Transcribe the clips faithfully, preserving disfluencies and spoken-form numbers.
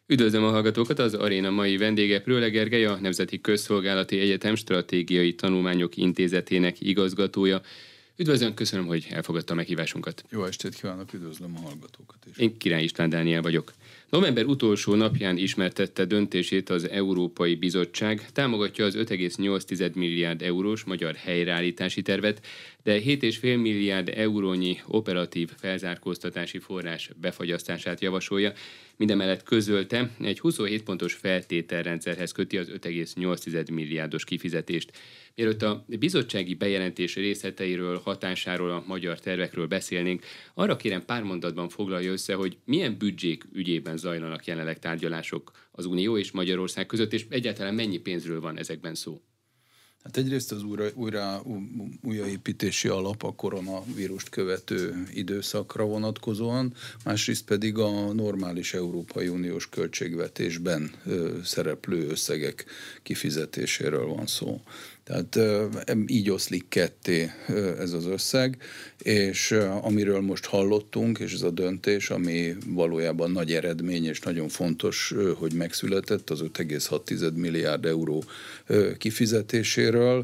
Üdvözlöm a hallgatókat, az Aréna mai vendége Pröle Gergely, a Nemzeti Közszolgálati Egyetem Stratégiai Tanulmányok Intézetének igazgatója. Üdvözlöm, köszönöm, hogy elfogadta a meghívásunkat. Jó estét kívánok, üdvözlöm a hallgatókat is. Én Király István Dániel vagyok. November utolsó napján ismertette döntését az Európai Bizottság, támogatja az öt egész nyolc milliárd eurós magyar helyreállítási tervet, de hét egész öt milliárd eurónyi operatív felzárkóztatási forrás befagyasztását javasolja. Mindemellett közölte, egy huszonhét pontos feltételrendszerhez köti az öt egész nyolc milliárdos kifizetést. Mielőtt a bizottsági bejelentés részleteiről, hatásáról, a magyar tervekről beszélnénk, arra kérem pár mondatban foglalja össze, hogy milyen büdzsék ügyében zajlanak jelenleg tárgyalások az Unió és Magyarország között, és egyáltalán mennyi pénzről van ezekben szó. Hát egyrészt az újra, újra, újraépítési alap a koronavírust követő időszakra vonatkozóan, másrészt pedig a normális Európai Uniós költségvetésben ö, szereplő összegek kifizetéséről van szó. Tehát így oszlik ketté ez az összeg, és amiről most hallottunk, és ez a döntés, ami valójában nagy eredmény, és nagyon fontos, hogy megszületett az öt egész hat milliárd euró kifizetéséről,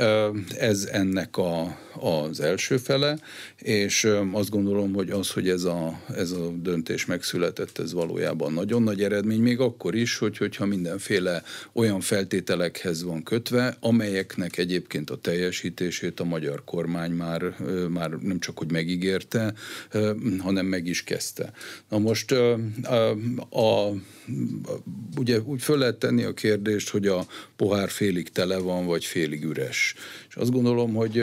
ez ennek a, az első fele, és azt gondolom, hogy az, hogy ez a, ez a döntés megszületett, ez valójában nagyon nagy eredmény, még akkor is, hogy, hogyha mindenféle olyan feltételekhez van kötve, amelyek nek egyébként a teljesítését a magyar kormány már, már nem csak hogy megígérte, hanem meg is kezdte. Na most a, a, ugye úgy föl lehet tenni a kérdést, hogy a pohár félig tele van, vagy félig üres. És azt gondolom, hogy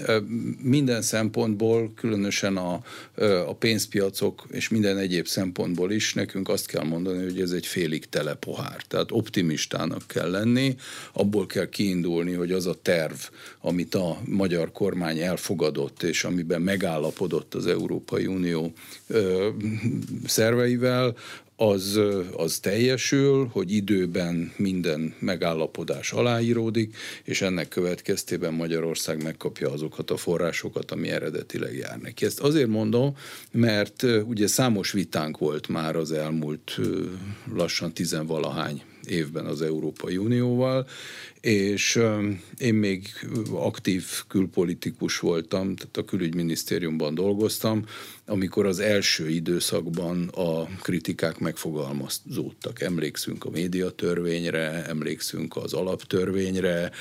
minden szempontból, különösen a, a pénzpiacok és minden egyéb szempontból is nekünk azt kell mondani, hogy ez egy félig tele pohár. Tehát optimistának kell lenni, abból kell kiindulni, hogy az a terv, amit a magyar kormány elfogadott, és amiben megállapodott az Európai Unió ö, szerveivel, az, az teljesül, hogy időben minden megállapodás aláíródik, és ennek következtében Magyarország megkapja azokat a forrásokat, ami eredetileg jár neki. Ezt azért mondom, mert ugye számos vitánk volt már az elmúlt lassan tizenvalahány évben az Európai Unióval, és én még aktív külpolitikus voltam, tehát a külügyminisztériumban dolgoztam, amikor az első időszakban a kritikák megfogalmazódtak. Emlékszünk a médiatörvényre, emlékszünk az alaptörvényre,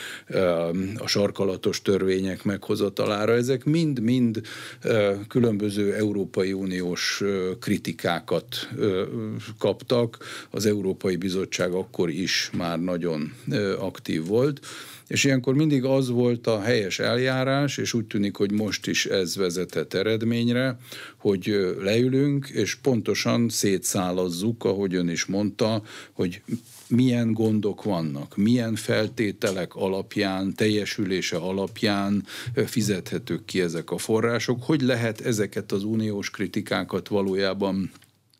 a sarkalatos törvények meghozatalára. Ezek mind-mind különböző Európai Uniós kritikákat kaptak. Az Európai Bizottság akkor is már nagyon aktív volt, és ilyenkor mindig az volt a helyes eljárás, és úgy tűnik, hogy most is ez vezetett eredményre, hogy leülünk, és pontosan szétszálazzuk, ahogy ön is mondta, hogy milyen gondok vannak, milyen feltételek alapján, teljesülése alapján fizethetők ki ezek a források, hogy lehet ezeket az uniós kritikákat valójában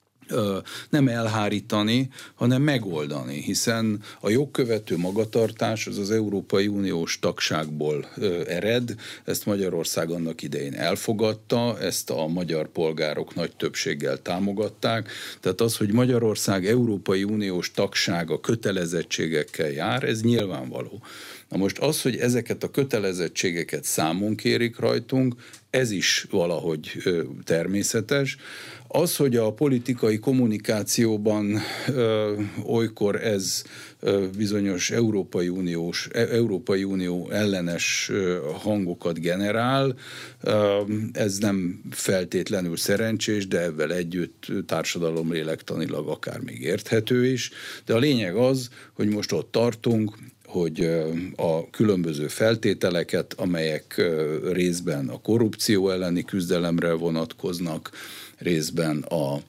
nem elhárítani, hanem megoldani, hiszen a jogkövető magatartás az az Európai Uniós tagságból ered, ezt Magyarország annak idején elfogadta, ezt a magyar polgárok nagy többséggel támogatták, tehát az, hogy Magyarország Európai Uniós tagsága kötelezettségekkel jár, ez nyilvánvaló. Na most az, hogy ezeket a kötelezettségeket számon kérik rajtunk, ez is valahogy ö, természetes. Az, hogy a politikai kommunikációban ö, olykor ez ö, bizonyos Európai Uniós, Európai Unió ellenes ö, hangokat generál, ö, ez nem feltétlenül szerencsés, de ebben együtt társadalomlélektanilag akár még érthető is. De a lényeg az, hogy most ott tartunk, hogy a különböző feltételeket, amelyek részben a korrupció elleni küzdelemre vonatkoznak, részben a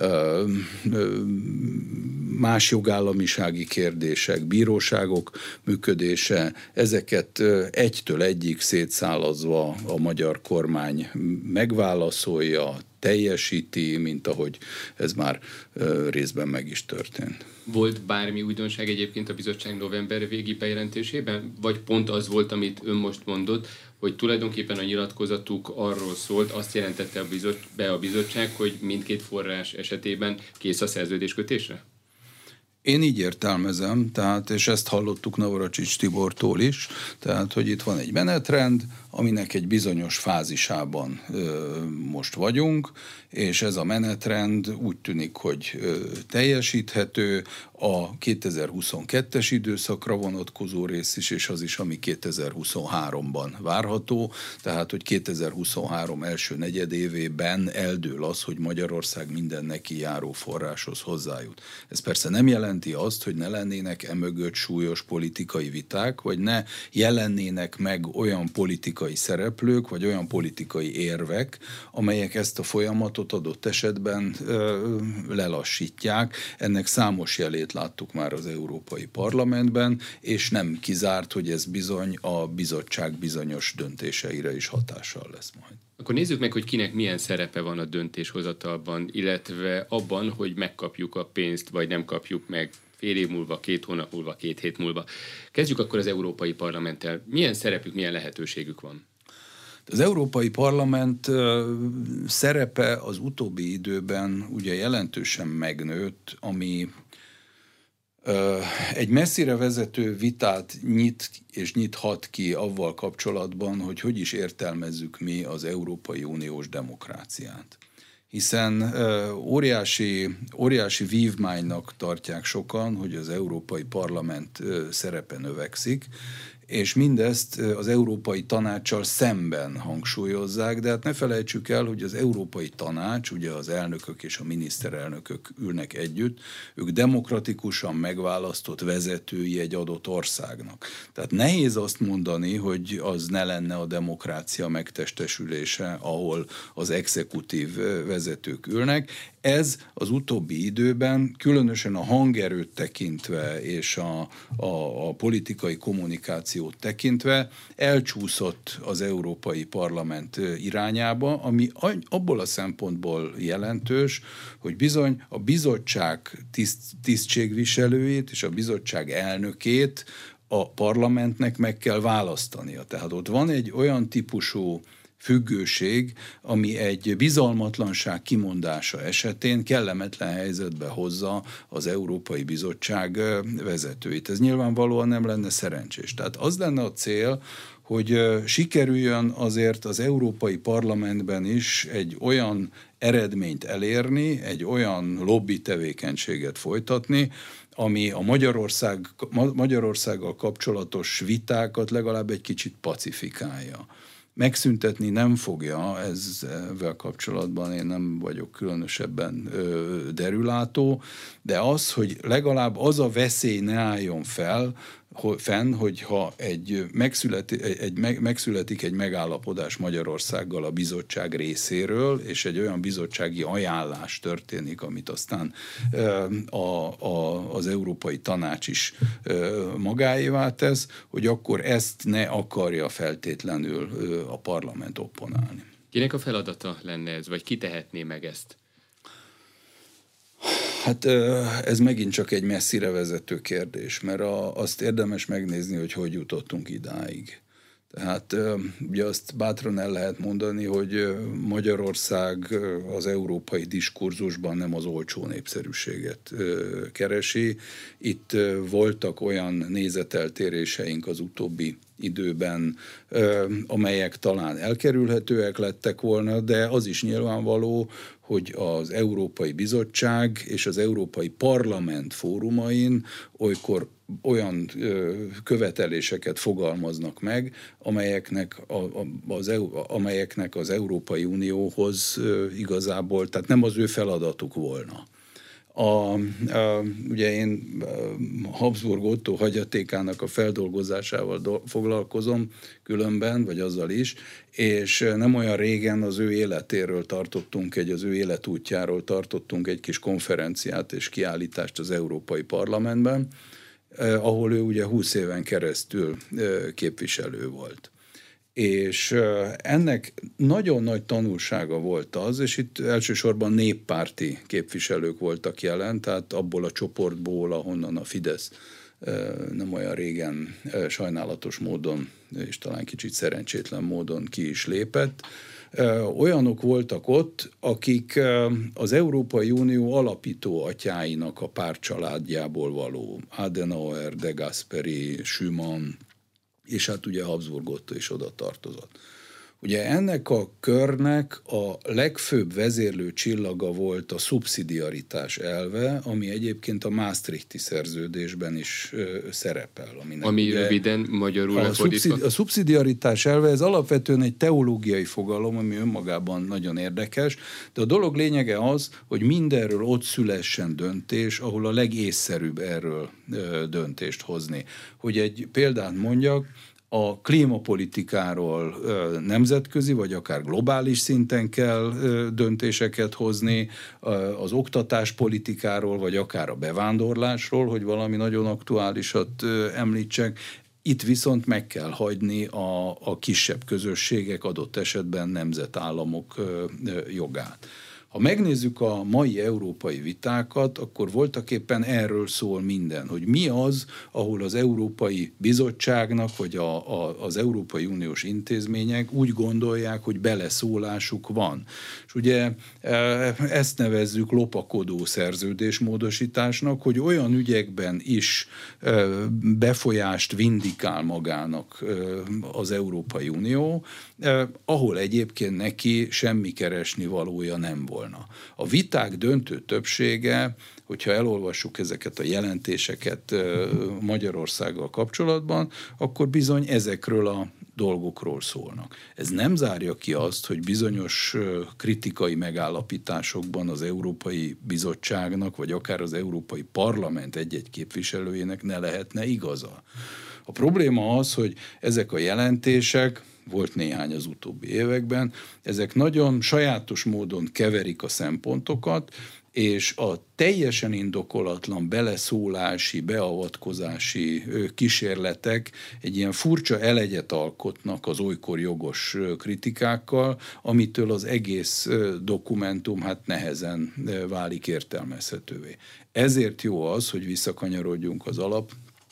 más jogállamisági kérdések, bíróságok működése, ezeket egytől egyig szétszálazva a magyar kormány megválaszolja, teljesíti, mint ahogy ez már részben meg is történt. Volt bármi újdonság egyébként a bizottság november végi bejelentésében? Vagy pont az volt, amit ön most mondott, hogy tulajdonképpen a nyilatkozatuk arról szólt, azt jelentette a bizot, be a bizottság, hogy mindkét forrás esetében kész a szerződéskötésre? Én így értelmezem, tehát, és ezt hallottuk Navracsics Tibortól is, tehát, hogy itt van egy menetrend, aminek egy bizonyos fázisában ö, most vagyunk, és ez a menetrend úgy tűnik, hogy ö, teljesíthető, a kétezer-huszonkettes időszakra vonatkozó rész is, és az is, ami kétezer-huszonháromban várható, tehát, hogy kétezer-huszonhárom első negyedévében eldől az, hogy Magyarország minden neki járó forráshoz hozzájut. Ez persze nem jelenti azt, hogy ne lennének emögött súlyos politikai viták, vagy ne jelennének meg olyan politikai szereplők, vagy olyan politikai érvek, amelyek ezt a folyamatot adott esetben ö, lelassítják. Ennek számos jelét láttuk már az Európai Parlamentben, és nem kizárt, hogy ez bizony a bizottság bizonyos döntéseire is hatással lesz majd. Akkor nézzük meg, hogy kinek milyen szerepe van a döntéshozatalban, illetve abban, hogy megkapjuk a pénzt, vagy nem kapjuk meg fél év múlva, két hónap múlva, két hét múlva. Kezdjük akkor az Európai Parlamenttel. Milyen szerepük, milyen lehetőségük van? Az Európai Parlament szerepe az utóbbi időben ugye jelentősen megnőtt, ami egy messzire vezető vitát nyit és nyithat ki avval kapcsolatban, hogy hogy is értelmezzük mi az Európai Uniós demokráciát. Hiszen óriási, óriási vívmánynak tartják sokan, hogy az Európai Parlament szerepe növekszik, és mindezt az Európai Tanáccsal szemben hangsúlyozzák, de hát ne felejtsük el, hogy az Európai Tanács, ugye az elnökök és a miniszterelnökök ülnek együtt, ők demokratikusan megválasztott vezetői egy adott országnak. Tehát nehéz azt mondani, hogy az ne lenne a demokrácia megtestesülése, ahol az exekutív vezetők ülnek. Ez az utóbbi időben, különösen a hangerőt tekintve és a, a, a politikai kommunikációt tekintve elcsúszott az Európai Parlament irányába, ami abból a szempontból jelentős, hogy bizony a bizottság tiszt, tisztségviselőjét és a bizottság elnökét a parlamentnek meg kell választania. Tehát ott van egy olyan típusú függőség, ami egy bizalmatlanság kimondása esetén kellemetlen helyzetbe hozza az Európai Bizottság vezetőit. Ez nyilvánvalóan nem lenne szerencsés. Tehát az lenne a cél, hogy sikerüljön azért az Európai Parlamentben is egy olyan eredményt elérni, egy olyan lobby tevékenységet folytatni, ami a Magyarország, Magyarországgal kapcsolatos vitákat legalább egy kicsit pacifikálja. Megszüntetni nem fogja, ezzel kapcsolatban én nem vagyok különösebben ö, derülátó, de az, hogy legalább az a veszély ne álljon fel, hogy fenn, hogyha egy, megszületi, egy meg, megszületik egy megállapodás Magyarországgal a bizottság részéről, és egy olyan bizottsági ajánlás történik, amit aztán a, a, az Európai Tanács is magáévá tesz, hogy akkor ezt ne akarja feltétlenül a parlament opponálni. Kinek a feladata lenne ez, vagy ki tehetné meg ezt? Hát ez megint csak egy messzire vezető kérdés, mert a, azt érdemes megnézni, hogy hogy jutottunk idáig. Tehát ugye azt bátran el lehet mondani, hogy Magyarország az európai diskurzusban nem az olcsó népszerűséget keresi. Itt voltak olyan nézeteltéréseink az utóbbi időben, amelyek talán elkerülhetőek lettek volna, de az is nyilvánvaló, hogy az Európai Bizottság és az Európai Parlament fórumain olykor olyan ö, követeléseket fogalmaznak meg, amelyeknek, a, a, az, amelyeknek az Európai Unióhoz ö, igazából, tehát nem az ő feladatuk volna. A, a, ugye én Habsburg Ottó hagyatékának a feldolgozásával do, foglalkozom különben, vagy azzal is, és nem olyan régen az ő életéről tartottunk egy, az ő életútjáról tartottunk egy kis konferenciát és kiállítást az Európai Parlamentben, eh, ahol ő ugye húsz éven keresztül eh, képviselő volt. És ennek nagyon nagy tanulsága volt az, és itt elsősorban néppárti képviselők voltak jelen, tehát abból a csoportból, ahonnan a Fidesz nem olyan régen sajnálatos módon, és talán kicsit szerencsétlen módon ki is lépett, olyanok voltak ott, akik az Európai Unió alapító atyáinak a pártcsaládjából való, Adenauer, de Gasperi, Schumann, és hát ugye Habsburg Otto is oda tartozott. Ugye ennek a körnek a legfőbb vezérlő csillaga volt a szubszidiaritás elve, ami egyébként a Maastrichti szerződésben is ö, szerepel. Ami röviden magyarul a, szubszidi, a szubszidiaritás elve, ez alapvetően egy teológiai fogalom, ami önmagában nagyon érdekes, de a dolog lényege az, hogy mindenről ott szülessen döntés, ahol a legészszerűbb erről ö, döntést hozni. Hogy egy példát mondjak, a klímapolitikáról nemzetközi, vagy akár globális szinten kell döntéseket hozni, az oktatáspolitikáról, vagy akár a bevándorlásról, hogy valami nagyon aktuálisat említsek. Itt viszont meg kell hagyni a, a kisebb közösségek, adott esetben nemzetállamok jogát. Ha megnézzük a mai európai vitákat, akkor voltaképpen erről szól minden, hogy mi az, ahol az Európai Bizottságnak, vagy a, a, az Európai Uniós intézmények úgy gondolják, hogy beleszólásuk van. És ugye ezt nevezzük lopakodó szerződésmódosításnak, hogy olyan ügyekben is befolyást vindikál magának az Európai Unió, ahol egyébként neki semmi keresni valója nem volt. A viták döntő többsége, hogyha elolvassuk ezeket a jelentéseket Magyarországgal kapcsolatban, akkor bizony ezekről a dolgokról szólnak. Ez nem zárja ki azt, hogy bizonyos kritikai megállapításokban az Európai Bizottságnak, vagy akár az Európai Parlament egy-egy képviselőjének ne lehetne igaza. A probléma az, hogy ezek a jelentések, volt néhány az utóbbi években, ezek nagyon sajátos módon keverik a szempontokat, és a teljesen indokolatlan beleszólási, beavatkozási kísérletek egy ilyen furcsa elegyet alkotnak az olykor jogos kritikákkal, amitől az egész dokumentum hát nehezen válik értelmezhetővé. Ezért jó az, hogy visszakanyarodjunk az alap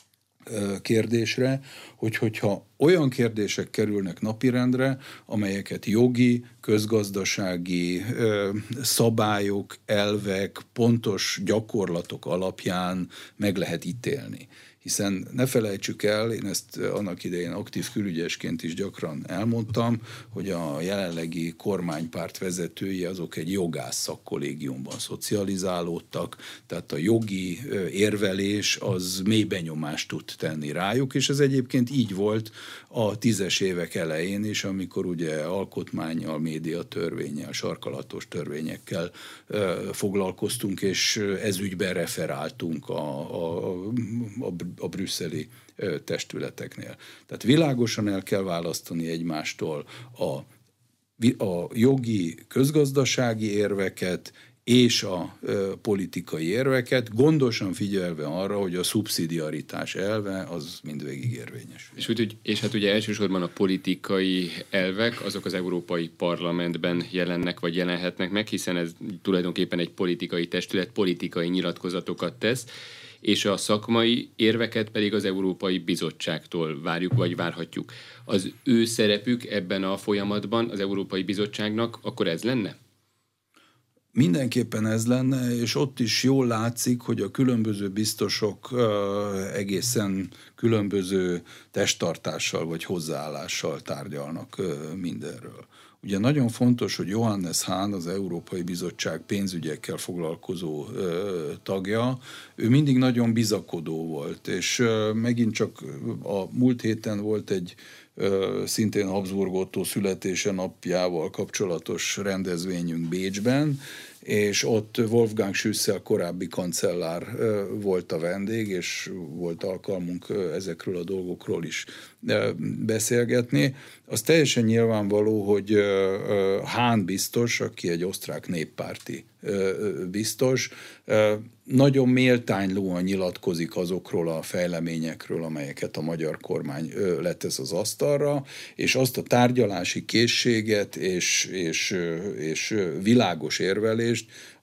kérdésre, hogy hogyha olyan kérdések kerülnek napirendre, amelyeket jogi, közgazdasági ö, szabályok, elvek, pontos gyakorlatok alapján meg lehet ítélni. Hiszen ne felejtsük el, én ezt annak idején aktív külügyesként is gyakran elmondtam, hogy a jelenlegi kormánypárt vezetői azok egy jogász szakkollégiumban szocializálódtak, tehát a jogi érvelés az mély benyomást tud tenni rájuk, és ez egyébként így volt a tízes évek elején is, amikor ugye alkotmánnyal, médiatörvénnyel, sarkalatos törvényekkel foglalkoztunk, és ezügyben referáltunk a, a, a a brüsszeli testületeknél. Tehát világosan el kell választani egymástól a, a jogi, közgazdasági érveket és a ö, politikai érveket, gondosan figyelve arra, hogy a szubszidiaritás elve az mindvégig érvényes. És, úgy, és hát ugye elsősorban a politikai elvek, azok az Európai Parlamentben jelennek, vagy jelenhetnek meg, hiszen ez tulajdonképpen egy politikai testület, politikai nyilatkozatokat tesz, és a szakmai érveket pedig az Európai Bizottságtól várjuk, vagy várhatjuk. Az ő szerepük ebben a folyamatban az Európai Bizottságnak akkor ez lenne? Mindenképpen ez lenne, és ott is jól látszik, hogy a különböző biztosok uh, egészen különböző testtartással vagy hozzáállással tárgyalnak uh, mindenről. Ugye nagyon fontos, hogy Johannes Hahn, az Európai Bizottság pénzügyekkel foglalkozó ö, tagja, ő mindig nagyon bizakodó volt, és ö, megint csak a múlt héten volt egy ö, szintén Habsburg Otto születése napjával kapcsolatos rendezvényünk Bécsben, és ott Wolfgang Schüssel korábbi kancellár volt a vendég, és volt alkalmunk ezekről a dolgokról is beszélgetni. Az teljesen nyilvánvaló, hogy Hahn biztos, aki egy osztrák néppárti biztos, nagyon méltánylóan nyilatkozik azokról a fejleményekről, amelyeket a magyar kormány letesz az asztalra, és azt a tárgyalási készséget és, és, és világos érvelést,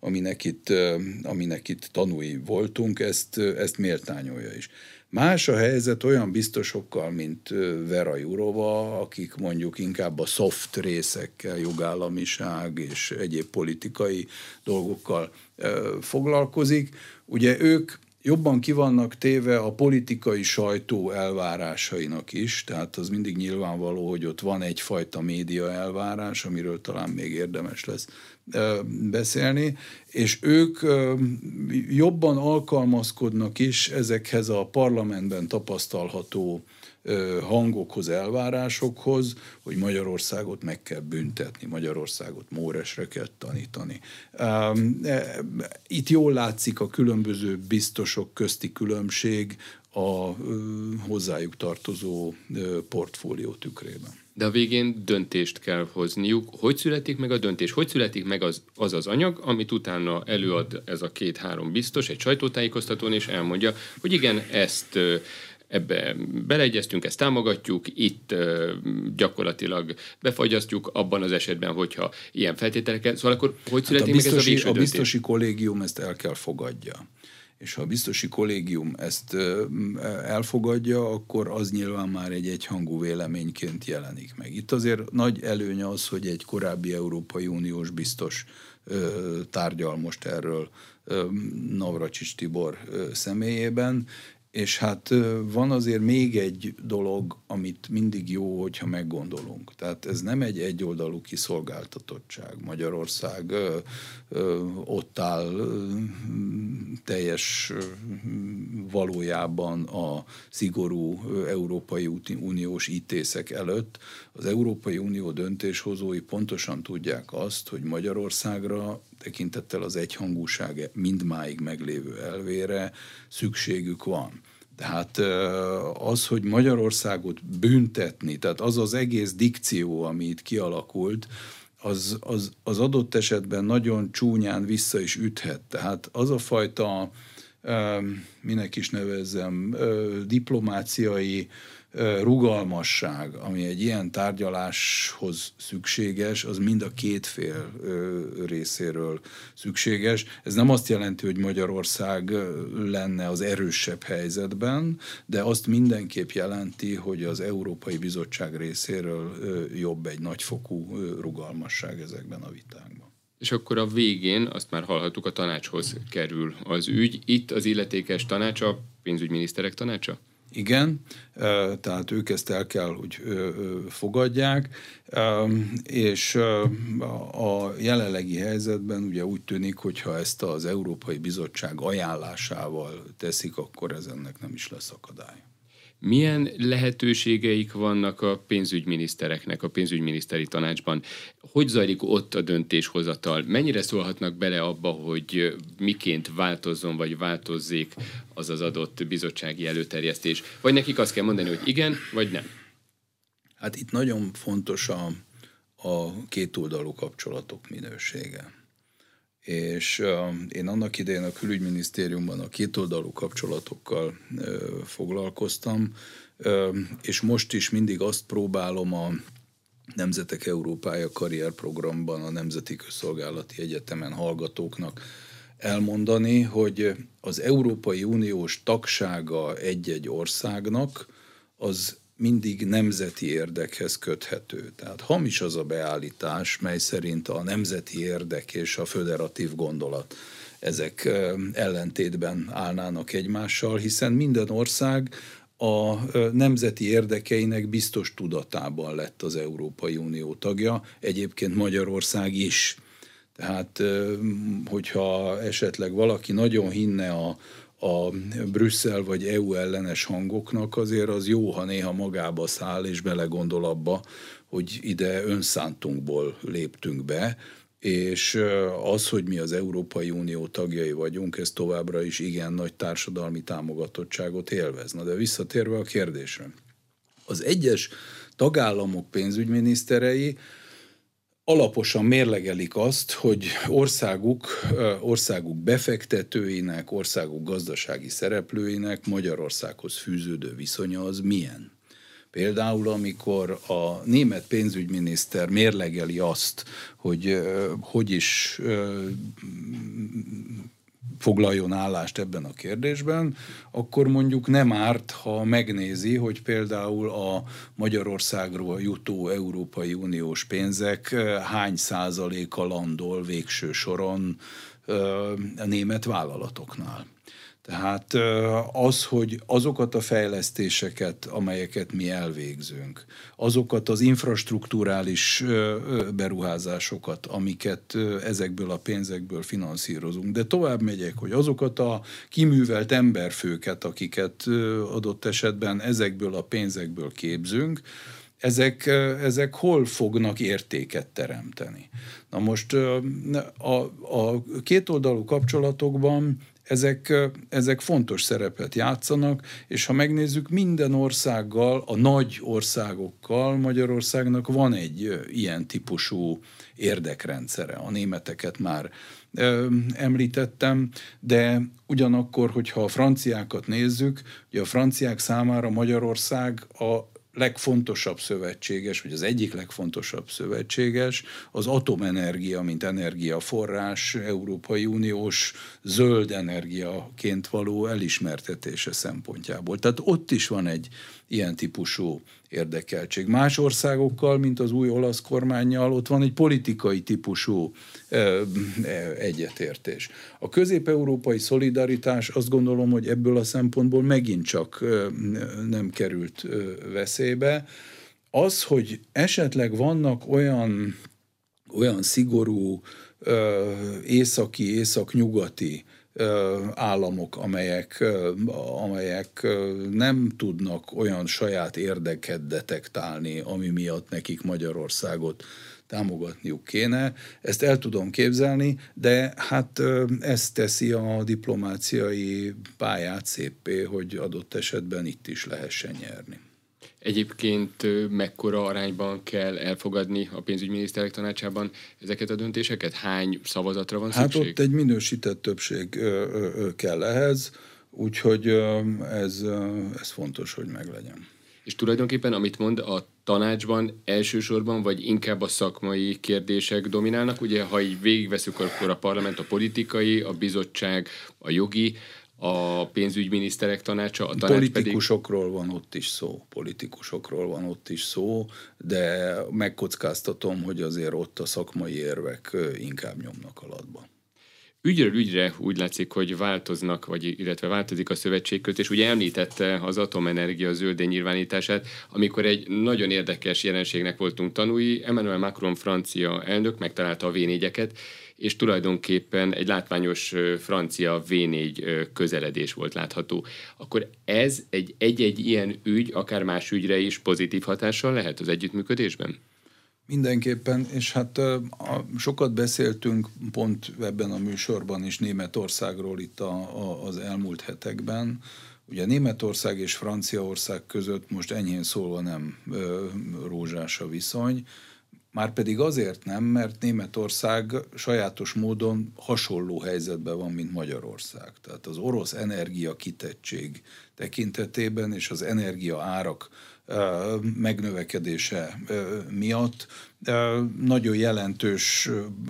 aminek itt, aminek itt tanúi voltunk, ezt, ezt méltányolja is. Más a helyzet olyan biztosokkal, mint Vera Jourova, akik mondjuk inkább a soft részekkel, jogállamiság és egyéb politikai dolgokkal foglalkozik. Ugye ők jobban ki vannak téve a politikai sajtó elvárásainak is, tehát az mindig nyilvánvaló, hogy ott van egyfajta média elvárás, amiről talán még érdemes lesz beszélni, és ők jobban alkalmazkodnak is ezekhez a parlamentben tapasztalható hangokhoz, elvárásokhoz, hogy Magyarországot meg kell büntetni, Magyarországot móresre kell tanítani. Itt jól látszik a különböző biztosok közti különbség a hozzájuk tartozó portfólió tükrében. De a végén döntést kell hozniuk. Hogy születik meg a döntés? Hogy születik meg az az, az anyag, amit utána előad ez a két-három biztos egy sajtótájékoztatón, és elmondja, hogy igen, ezt ebbe beleegyeztünk, ezt támogatjuk, itt gyakorlatilag befagyasztjuk abban az esetben, hogyha ilyen feltételeket. Szóval akkor hogy születik hát meg ez a végső A döntés? biztosi kollégium ezt el kell fogadja. És ha a biztosi kollégium ezt elfogadja, akkor az nyilván már egy egyhangú véleményként jelenik meg. Itt azért nagy előny az, hogy egy korábbi Európai Uniós biztos tárgyal most erről Navracsics Tibor személyében, és hát van azért még egy dolog, amit mindig jó, hogyha meggondolunk. Tehát ez nem egy egyoldalú kiszolgáltatottság. Magyarország ö, ö, ott áll ö, teljes ö, valójában a szigorú ö, Európai Uniós ítészek előtt. Az Európai Unió döntéshozói pontosan tudják azt, hogy Magyarországra tekintettel az egyhangúság mindmáig meglévő elvére szükségük van. Tehát az, hogy Magyarországot büntetni, tehát az az egész dikció, ami itt kialakult, az, az, az adott esetben nagyon csúnyán vissza is üthet. Tehát az a fajta, minek is nevezzem, diplomáciai rugalmasság, ami egy ilyen tárgyaláshoz szükséges, az mind a két fél részéről szükséges. Ez nem azt jelenti, hogy Magyarország lenne az erősebb helyzetben, de azt mindenképp jelenti, hogy az Európai Bizottság részéről jobb egy nagyfokú rugalmasság ezekben a vitákban. És akkor a végén, azt már hallhattuk, a tanácshoz kerül az ügy. Itt az illetékes tanács a pénzügyminiszterek tanácsa? Igen, tehát ők ezt el kell, hogy fogadják, és a jelenlegi helyzetben ugye úgy tűnik, hogyha ezt az Európai Bizottság ajánlásával teszik, akkor ez ennek nem is lesz akadály. Milyen lehetőségeik vannak a pénzügyminisztereknek a pénzügyminiszteri tanácsban? Hogy zajlik ott a döntéshozatal? Mennyire szólhatnak bele abba, hogy miként változzon vagy változzék az az adott bizottsági előterjesztés? Vagy nekik azt kell mondani, hogy igen, vagy nem? Hát itt nagyon fontos a, a kétoldalú kapcsolatok minősége. És uh, én annak idején a külügyminisztériumban a kétoldalú kapcsolatokkal uh, foglalkoztam, uh, és most is mindig azt próbálom a Nemzetek Európája karrierprogramban a Nemzeti Közszolgálati Egyetemen hallgatóknak elmondani, hogy az Európai Uniós tagsága egy-egy országnak az mindig nemzeti érdekhez köthető. Tehát hamis az a beállítás, mely szerint a nemzeti érdek és a föderatív gondolat ezek ellentétben állnának egymással, hiszen minden ország a nemzeti érdekeinek biztos tudatában lett az Európai Unió tagja, egyébként Magyarország is. Tehát, hogyha esetleg valaki nagyon hinne a a Brüsszel vagy é u ellenes hangoknak, azért az jó, ha néha magába száll és belegondol abba, hogy ide önszántunkból léptünk be, és az, hogy mi az Európai Unió tagjai vagyunk, ez továbbra is igen nagy társadalmi támogatottságot élvez. Na de visszatérve a kérdésre. Az egyes tagállamok pénzügyminiszterei alaposan mérlegelik azt, hogy országuk, országuk befektetőinek, országuk gazdasági szereplőinek Magyarországhoz fűződő viszonya az milyen. Például, amikor a német pénzügyminiszter mérlegeli azt, hogy hogy is foglaljon állást ebben a kérdésben, akkor mondjuk nem árt, ha megnézi, hogy például a Magyarországról jutó Európai Uniós pénzek hány százaléka landol végső soron a német vállalatoknál. Tehát az, hogy azokat a fejlesztéseket, amelyeket mi elvégzünk, azokat az infrastrukturális beruházásokat, amiket ezekből a pénzekből finanszírozunk, de tovább megyek, hogy azokat a kiművelt emberfőket, akiket adott esetben ezekből a pénzekből képzünk, Ezek, ezek hol fognak értéket teremteni? Na most a, a kétoldalú kapcsolatokban ezek, ezek fontos szerepet játszanak, és ha megnézzük, minden országgal, a nagy országokkal Magyarországnak van egy ilyen típusú érdekrendszere. A németeket már ö, említettem, de ugyanakkor, hogyha a franciákat nézzük, ugye a franciák számára Magyarország a legfontosabb szövetséges, vagy az egyik legfontosabb szövetséges az atomenergia, mint energiaforrás, Európai Uniós zöld energiaként való elismertetése szempontjából. Tehát ott is van egy ilyen típusú érdekeltség. Más országokkal, mint az új olasz kormánnyal, ott van egy politikai típusú ö, egyetértés. A közép-európai szolidaritás, azt gondolom, hogy ebből a szempontból megint csak ö, nem került ö, veszélybe. Az, hogy esetleg vannak olyan, olyan szigorú ö, északi, észak-nyugati államok, amelyek, amelyek nem tudnak olyan saját érdeket detektálni, ami miatt nekik Magyarországot támogatniuk kéne. Ezt el tudom képzelni, de hát ez teszi a diplomáciai pályát széppé, hogy adott esetben itt is lehessen nyerni. Egyébként mekkora arányban kell elfogadni a pénzügyminiszterek tanácsában ezeket a döntéseket? Hány szavazatra van szükség? Hát ott egy minősített többség kell ehhez, úgyhogy ez, ez fontos, hogy meglegyen. És tulajdonképpen, amit mond, a tanácsban elsősorban, vagy inkább a szakmai kérdések dominálnak? Ugye, ha így végigveszünk, akkor a parlament, a politikai, a bizottság, a jogi, a pénzügyminiszterek tanácsa, a tanács Politikusokról pedig... van ott is szó, politikusokról van ott is szó, de megkockáztatom, hogy azért ott a szakmai érvek inkább nyomnak alatba. Ügyről ügyre úgy látszik, hogy változnak, vagy illetve változik a szövetségkötés. Ugye említette az atomenergia zöldé nyilvánítását, amikor egy nagyon érdekes jelenségnek voltunk tanúi. Emmanuel Macron francia elnök megtalálta a vé négyeket, és tulajdonképpen egy látványos francia vé négy közeledés volt látható. Akkor ez egy egy-egy ilyen ügy, akár más ügyre is pozitív hatással lehet az együttműködésben? Mindenképpen, és hát a, sokat beszéltünk pont ebben a műsorban is Németországról itt a, a, az elmúlt hetekben. Ugye Németország és Franciaország között most enyhén szólva nem ö, rózsás a viszony, márpedig azért nem, mert Németország sajátos módon hasonló helyzetben van, mint Magyarország. Tehát az orosz energia kitettség tekintetében és az energia árak megnövekedése miatt nagyon jelentős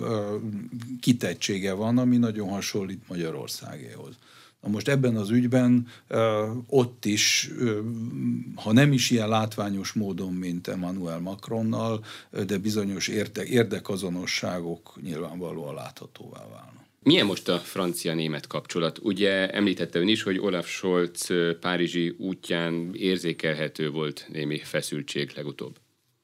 kitettsége van, ami nagyon hasonlít Magyarországéhoz. Na most ebben az ügyben ott is, ha nem is ilyen látványos módon, mint Emmanuel Macronnal, de bizonyos érdekazonosságok nyilvánvalóan láthatóvá válnak. Milyen most a francia-német kapcsolat? Ugye említette ön is, hogy Olaf Scholz párizsi útján érzékelhető volt némi feszültség legutóbb.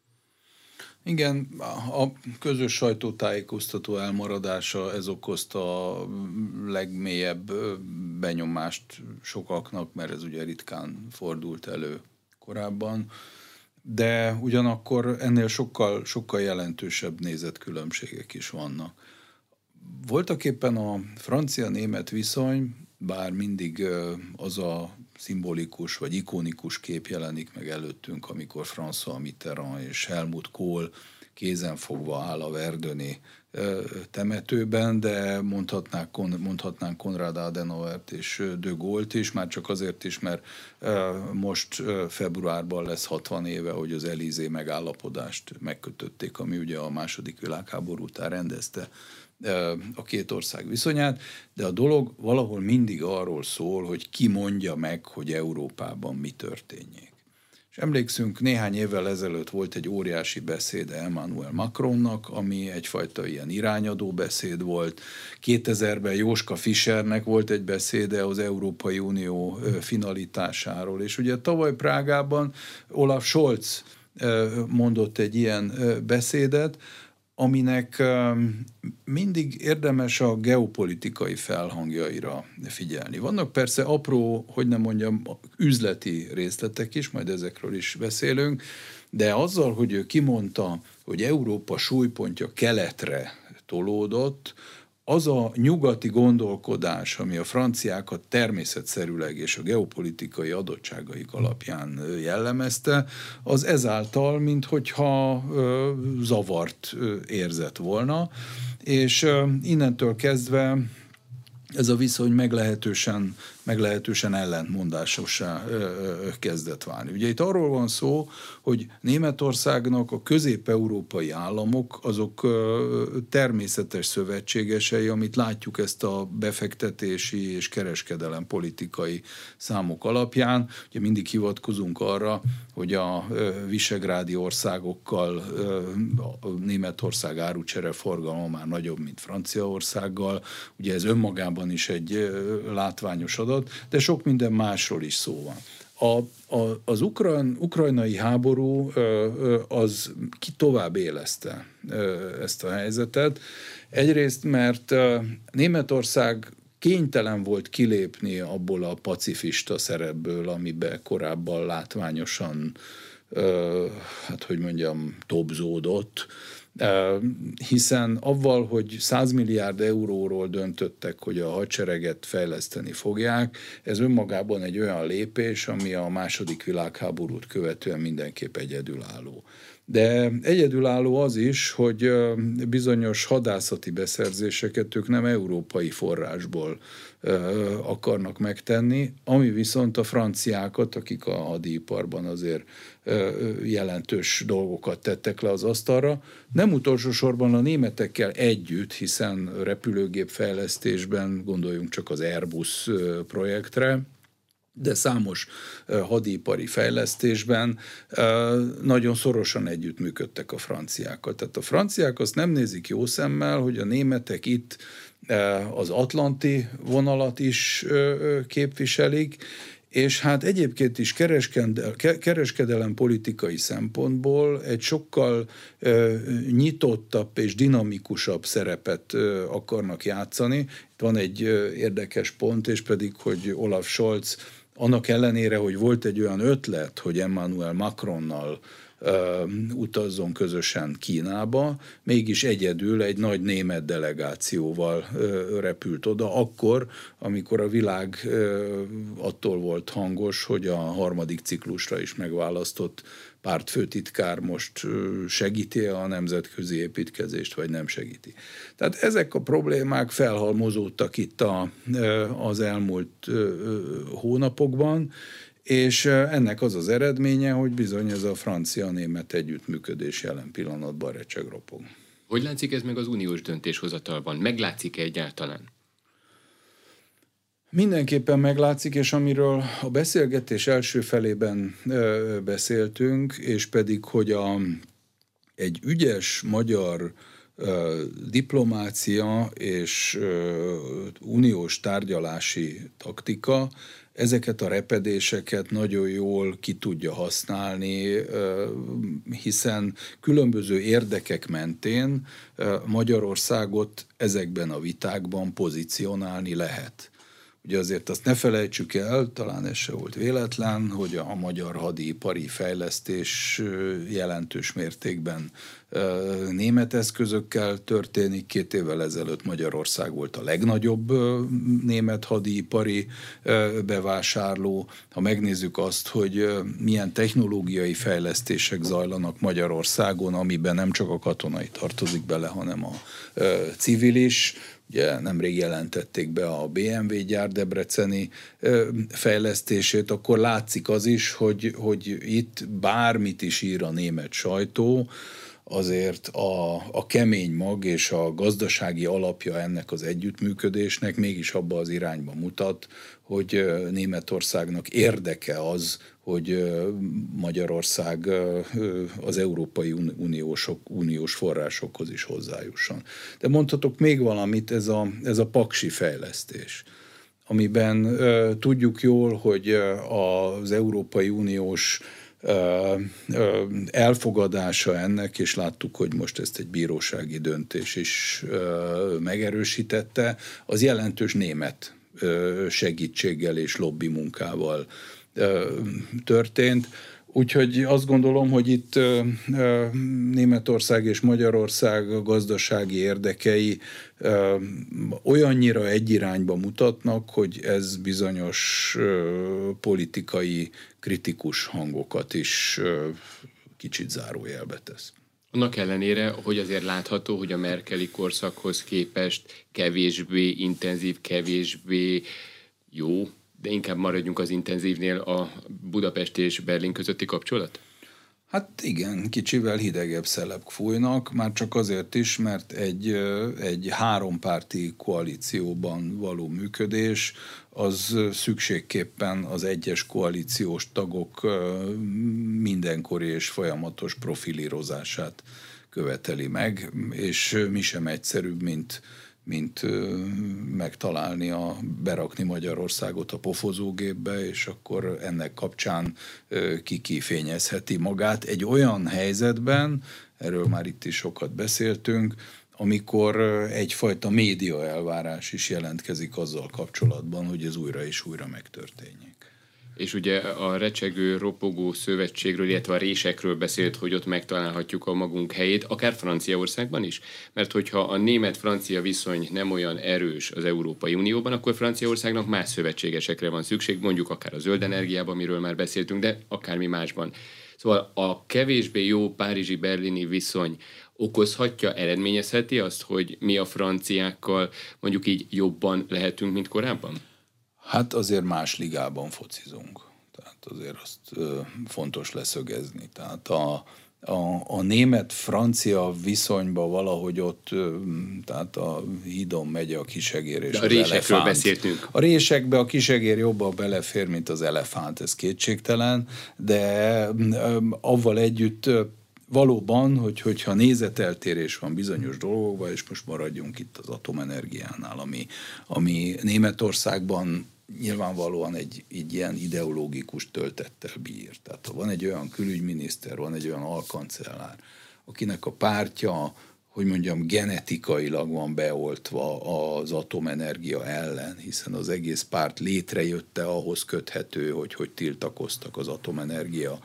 Igen, a közös sajtótájékoztató elmaradása, ez okozta a legmélyebb benyomást sokaknak, mert ez ugye ritkán fordult elő korábban, de ugyanakkor ennél sokkal, sokkal jelentősebb nézetkülönbségek is vannak. Voltak éppen a francia-német viszony, bár mindig az a szimbolikus vagy ikonikus kép jelenik meg előttünk, amikor François Mitterrand és Helmut Kohl kézenfogva áll a verdöni temetőben, de mondhatnánk, mondhatnánk Konrad Adenauert és de Gaulle-t is, már csak azért is, mert most februárban lesz hatvan éve, hogy az Élysée megállapodást megkötötték, ami ugye a második világháború után rendezte a két ország viszonyát, de a dolog valahol mindig arról szól, hogy ki mondja meg, hogy Európában mi történjék. És emlékszünk, néhány évvel ezelőtt volt egy óriási beszéde Emmanuel Macronnak, ami egyfajta ilyen irányadó beszéd volt. kétezerben Jóska Fischernek volt egy beszéde az Európai Unió finalitásáról, és ugye tavaly Prágában Olaf Scholz mondott egy ilyen beszédet, aminek mindig érdemes a geopolitikai felhangjaira figyelni. Vannak persze apró, hogy nem mondjam, üzleti részletek is, majd ezekről is beszélünk, de azzal, hogy ő kimondta, hogy Európa súlypontja keletre tolódott, az a nyugati gondolkodás, ami a franciákat természetszerűleg és a geopolitikai adottságaik alapján jellemezte, az ezáltal, minthogyha zavart érzett volna, és innentől kezdve ez a viszony meglehetősen, meglehetősen ellentmondásossá kezdett válni. Ugye itt arról van szó, hogy Németországnak a közép-európai államok azok természetes szövetségesei, amit látjuk ezt a befektetési és kereskedelem politikai számok alapján. Ugye mindig hivatkozunk arra, hogy a visegrádi országokkal a Németország árucsere forgalma már nagyobb, mint Franciaországgal. Ugye ez önmagában is egy látványos adat, de sok minden másról is szó van. A, a, az ukrán, ukrajnai háború az ki tovább éleszte ezt a helyzetet. Egyrészt, mert Németország kénytelen volt kilépni abból a pacifista szerepből, amiben korábban látványosan, hát hogy mondjam, tobzódott, hiszen avval, hogy száz milliárd euróról döntöttek, hogy a hadsereget fejleszteni fogják, ez önmagában egy olyan lépés, ami a második világháborút követően mindenképp egyedülálló. De egyedülálló az is, hogy bizonyos hadászati beszerzéseket ők nem európai forrásból akarnak megtenni, ami viszont a franciákat, akik a hadiiparban azért jelentős dolgokat tettek le az asztalra, nem utolsó sorban a németekkel együtt, hiszen repülőgép fejlesztésben gondoljunk csak az Airbus projektre, de számos hadipari fejlesztésben nagyon szorosan együttműködtek a franciákkal. Tehát a franciák azt nem nézik jó szemmel, hogy a németek itt az atlanti vonalat is képviselik, és hát egyébként is kereskedelem politikai szempontból egy sokkal nyitottabb és dinamikusabb szerepet akarnak játszani. Itt van egy érdekes pont, és pedig, hogy Olaf Scholz annak ellenére, hogy volt egy olyan ötlet, hogy Emmanuel Macronnal uh, utazzon közösen Kínába, mégis egyedül egy nagy német delegációval uh, repült oda, akkor, amikor a világ uh, attól volt hangos, hogy a harmadik ciklusra is megválasztott pártfőtitkár most segíti a nemzetközi építkezést, vagy nem segíti. Tehát ezek a problémák felhalmozódtak itt a, az elmúlt hónapokban, és ennek az az eredménye, hogy bizony ez a francia-német együttműködés jelen pillanatban recsegropog. Hogy látszik ez meg az uniós döntéshozatalban? Meglátszik-e egyáltalán? Mindenképpen meglátszik, és amiről a beszélgetés első felében ö, beszéltünk, és pedig, hogy a, egy ügyes magyar ö, diplomácia és ö, uniós tárgyalási taktika ezeket a repedéseket nagyon jól ki tudja használni, ö, hiszen különböző érdekek mentén ö, Magyarországot ezekben a vitákban pozícionálni lehet. Ugye azért azt ne felejtsük el, talán ez se volt véletlen, hogy a magyar hadipari fejlesztés jelentős mértékben német eszközökkel történik. Két évvel ezelőtt Magyarország volt a legnagyobb német hadipari bevásárló. Ha megnézzük azt, hogy milyen technológiai fejlesztések zajlanak Magyarországon, amiben nem csak a katonai tartozik bele, hanem a civil is. Ugye nemrég jelentették be a bé em vé gyár debreceni fejlesztését, akkor látszik az is, hogy, hogy itt bármit is ír a német sajtó, azért a, a kemény mag és a gazdasági alapja ennek az együttműködésnek mégis abba az irányba mutat, hogy Németországnak érdeke az, hogy Magyarország az Európai Uniósok, uniós forrásokhoz is hozzájusson. De mondhatok még valamit, ez a, ez a paksi fejlesztés, amiben uh, tudjuk jól, hogy az Európai Uniós uh, uh, elfogadása ennek, és láttuk, hogy most ezt egy bírósági döntés is uh, megerősítette, az jelentős német uh, segítséggel és lobby munkával történt. Úgyhogy azt gondolom, hogy itt Németország és Magyarország gazdasági érdekei olyannyira egy irányba mutatnak, hogy ez bizonyos politikai kritikus hangokat is kicsit zárójelbe tesz. Annak ellenére, hogy azért látható, hogy a merkeli korszakhoz képest kevésbé intenzív, kevésbé jó, de inkább maradjunk az intenzívnél, a Budapest és Berlin közötti kapcsolat? Hát igen, kicsivel hidegebb szelek fújnak, már csak azért is, mert egy, egy hárompárti koalícióban való működés az szükségképpen az egyes koalíciós tagok mindenkori és folyamatos profilírozását követeli meg, és mi sem egyszerűbb, mint mint megtalálni, a, berakni Magyarországot a pofozógépbe, és akkor ennek kapcsán ki kifényezheti magát egy olyan helyzetben, erről már itt is sokat beszéltünk, amikor egyfajta média elvárás is jelentkezik azzal kapcsolatban, hogy ez újra és újra megtörténjék. És ugye a recsegő, ropogó szövetségről, illetve a résekről beszélt, hogy ott megtalálhatjuk a magunk helyét, akár Franciaországban is. Mert hogyha a német-francia viszony nem olyan erős az Európai Unióban, akkor Franciaországnak más szövetségesekre van szükség, mondjuk akár a zöld energiában, amiről már beszéltünk, de akármi másban. Szóval a kevésbé jó párizsi-berlini viszony okozhatja, eredményezheti azt, hogy mi a franciákkal mondjuk így jobban lehetünk, mint korábban? Hát azért más ligában focizunk. Tehát azért azt ö, fontos leszögezni. Tehát a, a, a német-francia viszonyban valahogy ott, ö, tehát a hídon megy a kisegér és de az a résekről elefánt. beszéltünk. A résekbe a kisegér jobban belefér, mint az elefánt, ez kétségtelen, de ö, avval együtt ö, valóban, hogy, hogyha nézeteltérés van bizonyos dolgokban, és most maradjunk itt az atomenergiánál, ami, ami Németországban nyilvánvalóan egy, egy ilyen ideológikus töltettel bír. Tehát van egy olyan külügyminiszter, van egy olyan alkancellár, akinek a pártja, hogy mondjam, genetikailag van beoltva az atomenergia ellen, hiszen az egész párt létrejötte, ahhoz köthető, hogy hogy tiltakoztak az atomenergia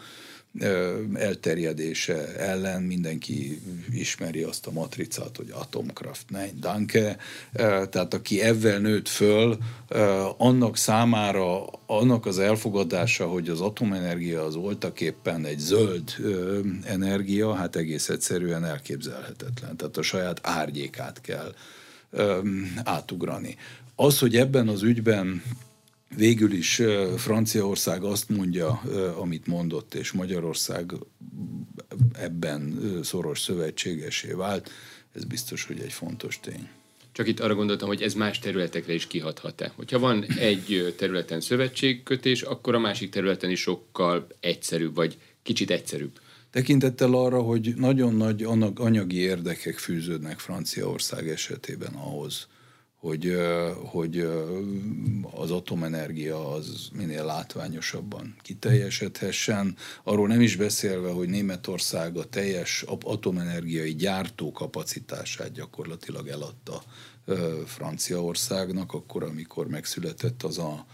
elterjedése ellen. Mindenki ismeri azt a matricát, hogy Atomkraft, nein, danke. Tehát aki ezzel nőtt föl, annak számára, annak az elfogadása, hogy az atomenergia az voltaképpen egy zöld energia, hát egész egyszerűen elképzelhetetlen. Tehát a saját árnyékát kell átugrani. Az, hogy ebben az ügyben végül is Franciaország azt mondja, amit mondott, és Magyarország ebben szoros szövetségesé vált, ez biztos, hogy egy fontos tény. Csak itt arra gondoltam, hogy ez más területekre is kihathat-e. Hogyha van egy területen szövetségkötés, akkor a másik területen is sokkal egyszerűbb, vagy kicsit egyszerűbb. Tekintettel arra, hogy nagyon nagy anyagi érdekek fűződnek Franciaország esetében ahhoz, hogy, hogy az atomenergia az minél látványosabban kiteljesedhessen. Arról nem is beszélve, hogy Németország a teljes atomenergiai gyártó kapacitását gyakorlatilag eladta Franciaországnak, akkor, amikor megszületett az a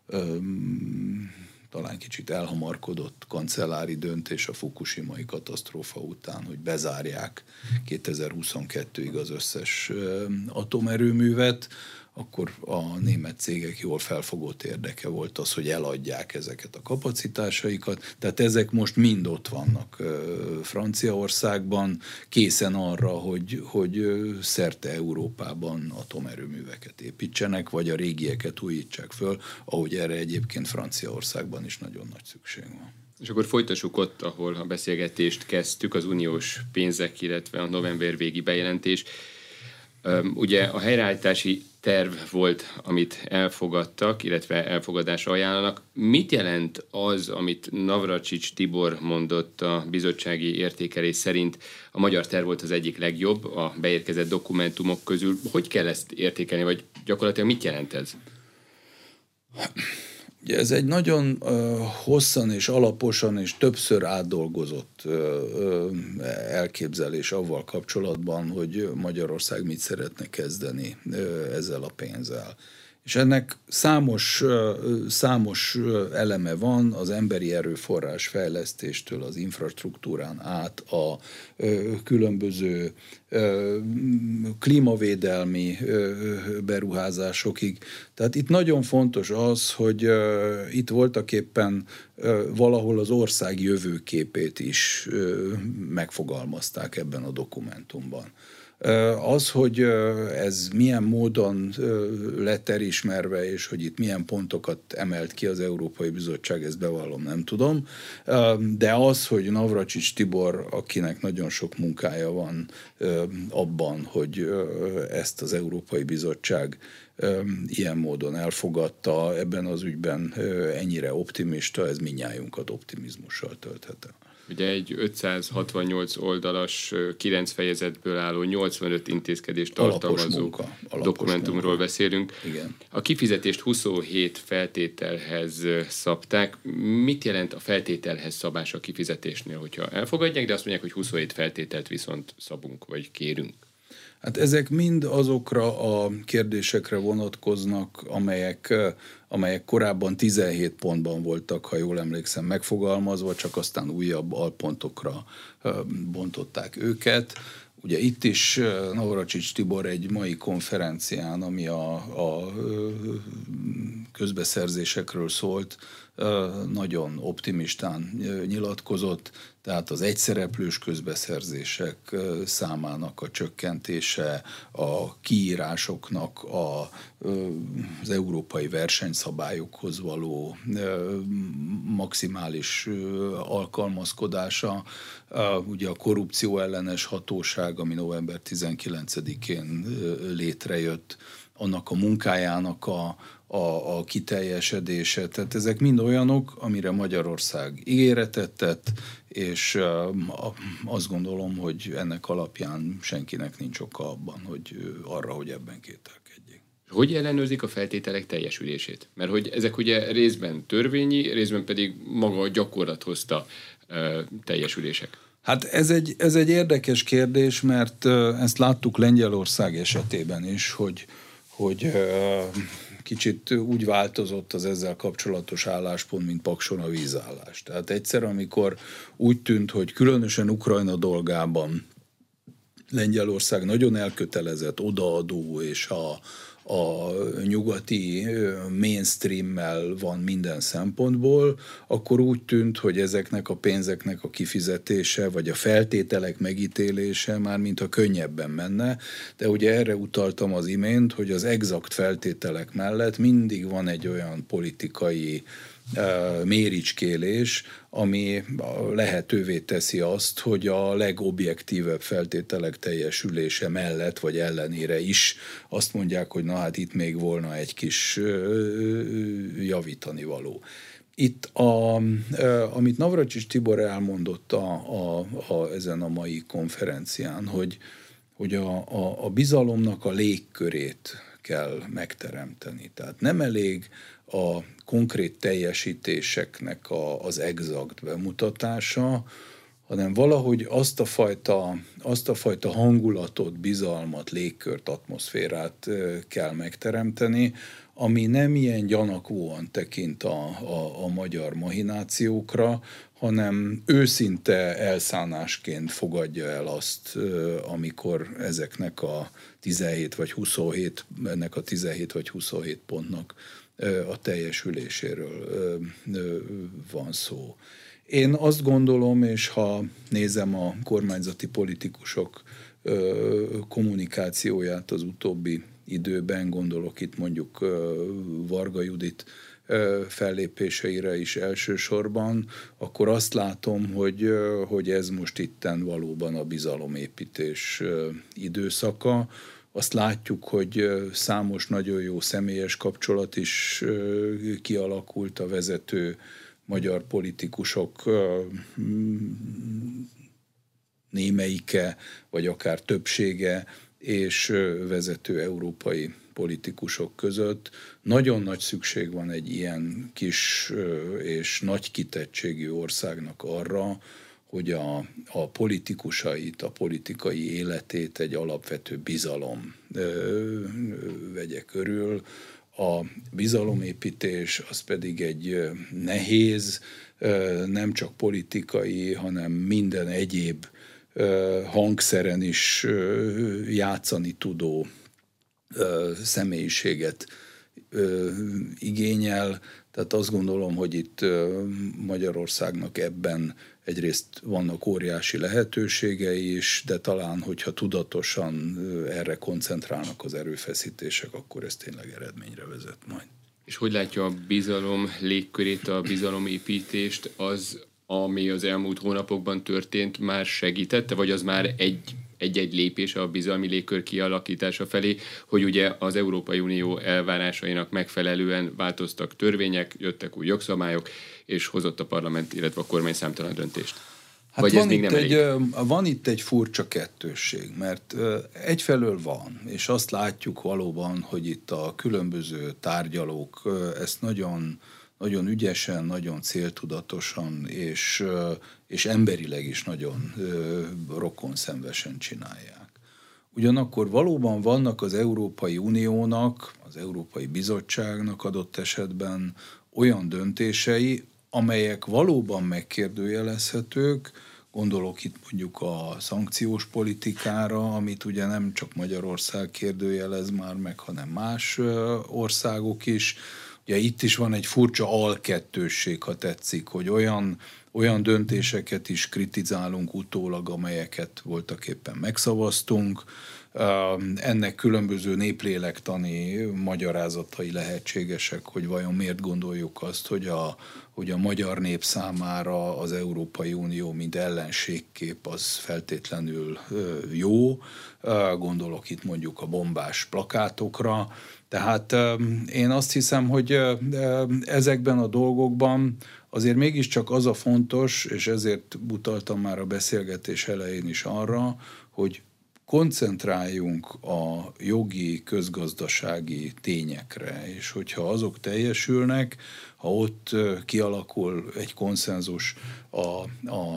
talán kicsit elhamarkodott kancellári döntés a fukushimai katasztrófa után, hogy bezárják kétezer-huszonkettőig az összes atomerőművet, akkor a német cégek jól felfogott érdeke volt az, hogy eladják ezeket a kapacitásaikat. Tehát ezek most mind ott vannak Franciaországban, készen arra, hogy, hogy szerte Európában atomerőműveket építsenek, vagy a régieket újítsák föl, ahogy erre egyébként Franciaországban is nagyon nagy szükség van. És akkor folytassuk ott, ahol a beszélgetést kezdtük, az uniós pénzek, illetve a november végi bejelentés. Ugye a helyreállítási terv volt, amit elfogadtak, illetve elfogadásra ajánlanak. Mit jelent az, amit Navracsics Tibor mondott a bizottsági értékelés szerint? A magyar terv volt az egyik legjobb a beérkezett dokumentumok közül. Hogy kell ezt értékelni, vagy gyakorlatilag mit jelent ez? Ugye ez egy nagyon uh, hosszan és alaposan és többször átdolgozott uh, uh, elképzelés avval kapcsolatban, hogy Magyarország mit szeretne kezdeni uh, ezzel a pénzzel. És ennek számos, számos eleme van, az emberi erőforrás fejlesztéstől, az infrastruktúrán át a különböző klímavédelmi beruházásokig. Tehát itt nagyon fontos az, hogy itt voltaképpen valahol az ország jövőképét is megfogalmazták ebben a dokumentumban. Az, hogy ez milyen módon lett elismerve, és hogy itt milyen pontokat emelt ki az Európai Bizottság, ezt bevallom, nem tudom. De az, hogy Navracsics Tibor, akinek nagyon sok munkája van abban, hogy ezt az Európai Bizottság ilyen módon elfogadta, ebben az ügyben ennyire optimista, ez mindnyájunkat optimizmussal tölthet el. Ugye egy ötszázhatvannyolc oldalas, kilenc fejezetből álló nyolcvanöt intézkedést tartalmazó munka, dokumentumról munka. beszélünk. Igen. A kifizetést huszonhét feltételhez szabták. Mit jelent a feltételhez szabás a kifizetésnél, hogyha elfogadják, de azt mondják, hogy huszonhét feltételt viszont szabunk, vagy kérünk? Hát ezek mind azokra a kérdésekre vonatkoznak, amelyek, amelyek korábban tizenhét pontban voltak, ha jól emlékszem, megfogalmazva, csak aztán újabb alpontokra bontották őket. Ugye itt is Navracsics Tibor egy mai konferencián, ami a, a közbeszerzésekről szólt, nagyon optimistán nyilatkozott, tehát az egyszereplős közbeszerzések számának a csökkentése, a kiírásoknak a, az európai versenyszabályokhoz való maximális alkalmazkodása, ugye a korrupció ellenes hatóság, ami november tizenkilencedikén létrejött, annak a munkájának a A, a kiteljesedése. Tehát ezek mind olyanok, amire Magyarország ígéretet tett, és uh, azt gondolom, hogy ennek alapján senkinek nincs oka abban, hogy uh, arra, hogy ebben kételkedjék. Hogy ellenőrzik a feltételek teljesülését? Mert hogy ezek ugye részben törvényi, részben pedig maga a gyakorlat hozta uh, teljesülések. Hát ez egy, ez egy érdekes kérdés, mert uh, ezt láttuk Lengyelország esetében is, hogy, hogy uh, kicsit úgy változott az ezzel kapcsolatos álláspont, mint Pakson a vízállás. Tehát egyszer, amikor úgy tűnt, hogy különösen Ukrajna dolgában Lengyelország nagyon elkötelezett, odaadó, és a, a nyugati mainstreammel van minden szempontból, akkor úgy tűnt, hogy ezeknek a pénzeknek a kifizetése, vagy a feltételek megítélése már mintha könnyebben menne, de ugye erre utaltam az imént, hogy az exakt feltételek mellett mindig van egy olyan politikai uh, méricskélés, ami lehetővé teszi azt, hogy a legobjektívebb feltételek teljesülése mellett vagy ellenére is azt mondják, hogy na hát itt még volna egy kis javítani való. Itt, a, amit Navracsics Tibor elmondott a, a, a, ezen a mai konferencián, hogy, hogy a, a, a bizalomnak a légkörét kell megteremteni. Tehát nem elég a konkrét teljesítéseknek a, az exakt bemutatása, hanem valahogy azt a fajta, azt a fajta hangulatot, bizalmat, légkört, atmoszférát kell megteremteni, ami nem ilyen gyanakvóan tekint a, a, a magyar mahinációkra, hanem őszinte elszánásként fogadja el azt, amikor ezeknek a tizenhét vagy huszonhét, ennek a tizenhét vagy huszonhét pontnak a teljesüléséről van szó. Én azt gondolom, és ha nézem a kormányzati politikusok kommunikációját az utóbbi időben, gondolok itt mondjuk Varga Judit fellépéseire is elsősorban, akkor azt látom, hogy, hogy ez most itten valóban a bizalomépítés időszaka. Azt látjuk, hogy számos nagyon jó személyes kapcsolat is kialakult a vezető magyar politikusok némelyike, vagy akár többsége, és vezető európai politikusok között. Nagyon nagy szükség van egy ilyen kis és nagy kitettségű országnak arra, hogy a, a politikusait, a politikai életét egy alapvető bizalom ö, vegye körül. A bizalomépítés az pedig egy nehéz, nem csak politikai, hanem minden egyéb hangszeren is játszani tudó személyiséget igényel. Tehát azt gondolom, hogy itt Magyarországnak ebben egyrészt vannak óriási lehetőségei is, de talán, hogyha tudatosan erre koncentrálnak az erőfeszítések, akkor ez tényleg eredményre vezet majd. És hogy látja a bizalom légkörét, a bizalomépítést, az, ami az elmúlt hónapokban történt, már segítette, vagy az már egy egy-egy lépés a bizalmi légkör kialakítása felé, hogy ugye az Európai Unió elvárásainak megfelelően változtak törvények, jöttek új jogszabályok, és hozott a parlament, illetve a kormány számtalan döntést. Hát vagy van, ez még nem egy, van itt egy furcsa kettősség, mert egyfelől van, és azt látjuk valóban, hogy itt a különböző tárgyalók ezt nagyon, nagyon ügyesen, nagyon céltudatosan és, és emberileg is nagyon rokonszenvesen csinálják. Ugyanakkor valóban vannak az Európai Uniónak, az Európai Bizottságnak adott esetben olyan döntései, amelyek valóban megkérdőjelezhetők, gondolok itt mondjuk a szankciós politikára, amit ugye nem csak Magyarország kérdőjelez már meg, hanem más országok is. Ugye itt is van egy furcsa alkettősség, ha tetszik, hogy olyan, olyan döntéseket is kritizálunk utólag, amelyeket voltaképpen megszavaztunk. Ennek különböző néplélektani magyarázatai lehetségesek, hogy vajon miért gondoljuk azt, hogy a, hogy a magyar nép számára az Európai Unió mint ellenségkép az feltétlenül jó. Gondolok itt mondjuk a bombás plakátokra. Tehát én azt hiszem, hogy ezekben a dolgokban azért mégiscsak az a fontos, és ezért utaltam már a beszélgetés elején is arra, hogy koncentráljunk a jogi, közgazdasági tényekre, és hogyha azok teljesülnek, ha ott kialakul egy konszenzus a, a,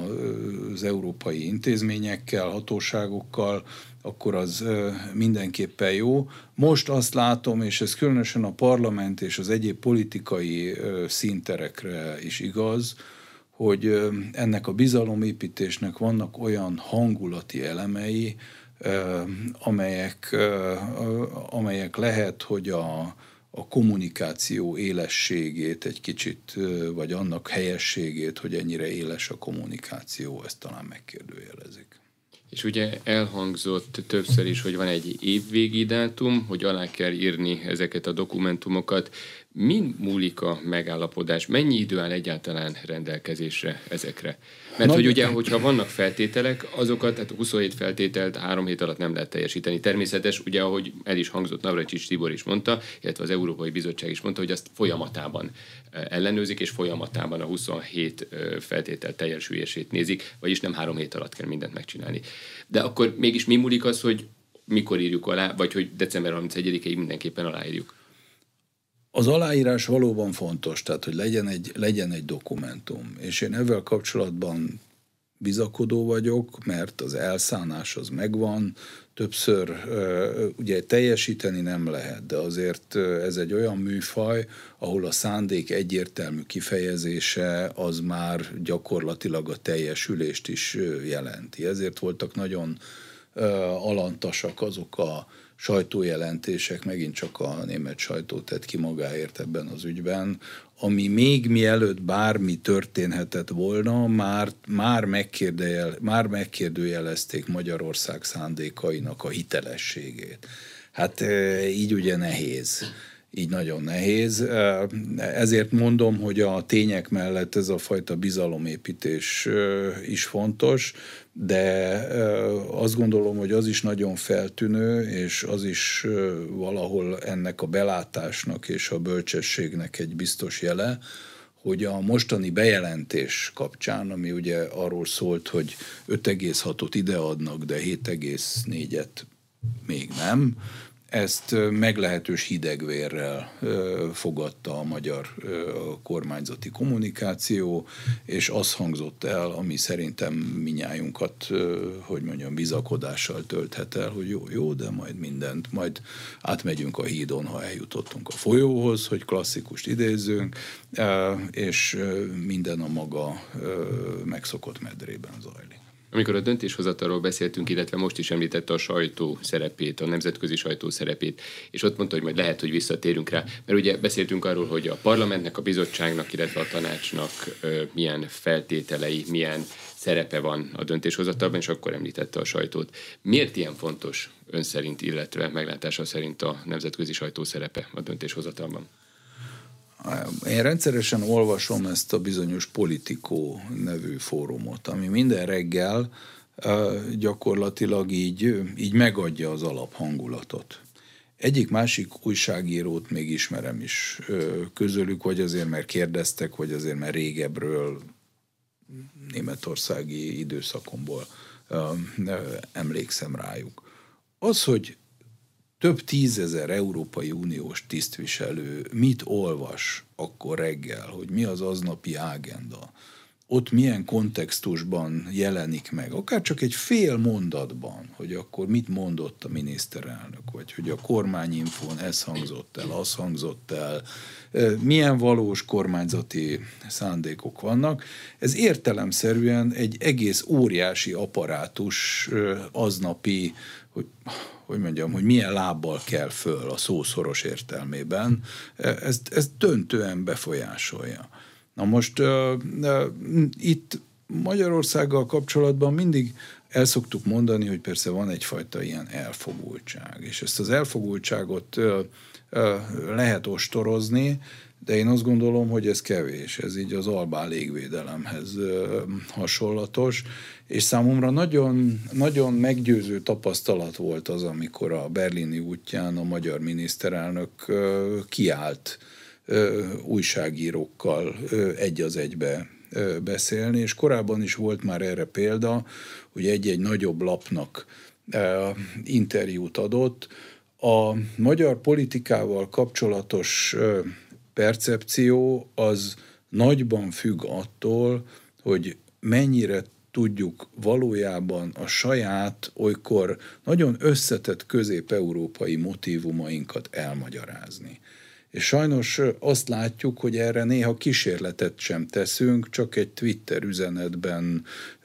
az európai intézményekkel, hatóságokkal, akkor az mindenképpen jó. Most azt látom, és ez különösen a parlament és az egyéb politikai színterekre is igaz, hogy ennek a bizalomépítésnek vannak olyan hangulati elemei, amelyek, amelyek lehet, hogy a, a kommunikáció élességét egy kicsit, vagy annak helyességét, hogy ennyire éles a kommunikáció, ezt talán megkérdőjelezik. És ugye elhangzott többször is, hogy van egy évvégi dátum, hogy alá kell írni ezeket a dokumentumokat. Min múlik a megállapodás? Mennyi idő áll egyáltalán rendelkezésre ezekre? Mert Nagy... hogy ugye, hogyha vannak feltételek, azokat, tehát huszonhét feltételt három hét alatt nem lehet teljesíteni. Természetes, ugye, ahogy el is hangzott, Navracsics Tibor is mondta, illetve az Európai Bizottság is mondta, hogy azt folyamatában ellenőrzik, és folyamatában a huszonhét feltétel teljesülését nézik, vagyis nem három hét alatt kell mindent megcsinálni. De akkor mégis mi múlik az, hogy mikor írjuk alá, vagy hogy december harmincegyedikéig mindenképpen aláírjuk? Az aláírás valóban fontos, tehát hogy legyen egy, legyen egy dokumentum. És én ezzel kapcsolatban bizakodó vagyok, mert az elszánás az megvan, többször ugye teljesíteni nem lehet, de azért ez egy olyan műfaj, ahol a szándék egyértelmű kifejezése az már gyakorlatilag a teljesülést is jelenti. Ezért voltak nagyon alantasak azok a sajtójelentések, megint csak a német sajtó tett ki magáért ebben az ügyben, ami még mielőtt bármi történhetett volna, már, már, megkérdőjel, már megkérdőjelezték Magyarország szándékainak a hitelességét. Hát így ugye nehéz. Így nagyon nehéz. Ezért mondom, hogy a tények mellett ez a fajta bizalomépítés is fontos, de azt gondolom, hogy az is nagyon feltűnő, és az is valahol ennek a belátásnak és a bölcsességnek egy biztos jele, hogy a mostani bejelentés kapcsán, ami ugye arról szólt, hogy öt egész hatot ideadnak, de hét egész négyet még nem, ezt meglehetős hidegvérrel fogadta a magyar kormányzati kommunikáció, és az hangzott el, ami szerintem minnyájunkat, hogy mondjam, bizakodással tölthet el, hogy jó, jó, de majd mindent, majd átmegyünk a hídon, ha eljutottunk a folyóhoz, hogy klasszikust idézzünk, és minden a maga megszokott medrében zajlik. Amikor a döntéshozatalról beszéltünk, illetve most is említette a sajtó szerepét, a nemzetközi sajtó szerepét, és ott mondta, hogy majd lehet, hogy visszatérünk rá, mert ugye beszéltünk arról, hogy a parlamentnek, a bizottságnak, illetve a tanácsnak ö, milyen feltételei, milyen szerepe van a döntéshozatalban, és akkor említette a sajtót. Miért ilyen fontos ön szerint, illetve meglátása szerint a nemzetközi sajtó szerepe a döntéshozatalban? Én rendszeresen olvasom ezt a bizonyos Politico nevű fórumot, ami minden reggel gyakorlatilag így, így megadja az alaphangulatot. Egyik-másik újságírót még ismerem is közülük, vagy azért, mert kérdeztek, vagy azért, mert régebről, németországi időszakomból emlékszem rájuk. Az, hogy több tízezer Európai Uniós tisztviselő mit olvas akkor reggel, hogy mi az aznapi ágenda, ott milyen kontextusban jelenik meg, akár csak egy fél mondatban, hogy akkor mit mondott a miniszterelnök, vagy hogy a kormányinfón ez hangzott el, az hangzott el, milyen valós kormányzati szándékok vannak. Ez értelemszerűen egy egész óriási apparátus aznapi, hogy hogy mondjam, hogy milyen lábbal kell föl a szószoros értelmében, ezt, ezt döntően befolyásolja. Na most uh, uh, itt Magyarországgal kapcsolatban mindig el szoktuk mondani, hogy persze van egyfajta ilyen elfogultság, és ezt az elfogultságot uh, uh, lehet ostorozni, de én azt gondolom, hogy ez kevés, ez így az albán légvédelemhez uh, hasonlatos, és számomra nagyon, nagyon meggyőző tapasztalat volt az, amikor a berlini útján a magyar miniszterelnök uh, kiállt uh, újságírókkal uh, egy az egybe uh, beszélni, és korábban is volt már erre példa, hogy egy-egy nagyobb lapnak uh, interjút adott. A magyar politikával kapcsolatos uh, percepció az nagyban függ attól, hogy mennyire tudjuk valójában a saját, olykor nagyon összetett közép-európai motívumainkat elmagyarázni. És sajnos azt látjuk, hogy erre néha kísérletet sem teszünk, csak egy Twitter üzenetben,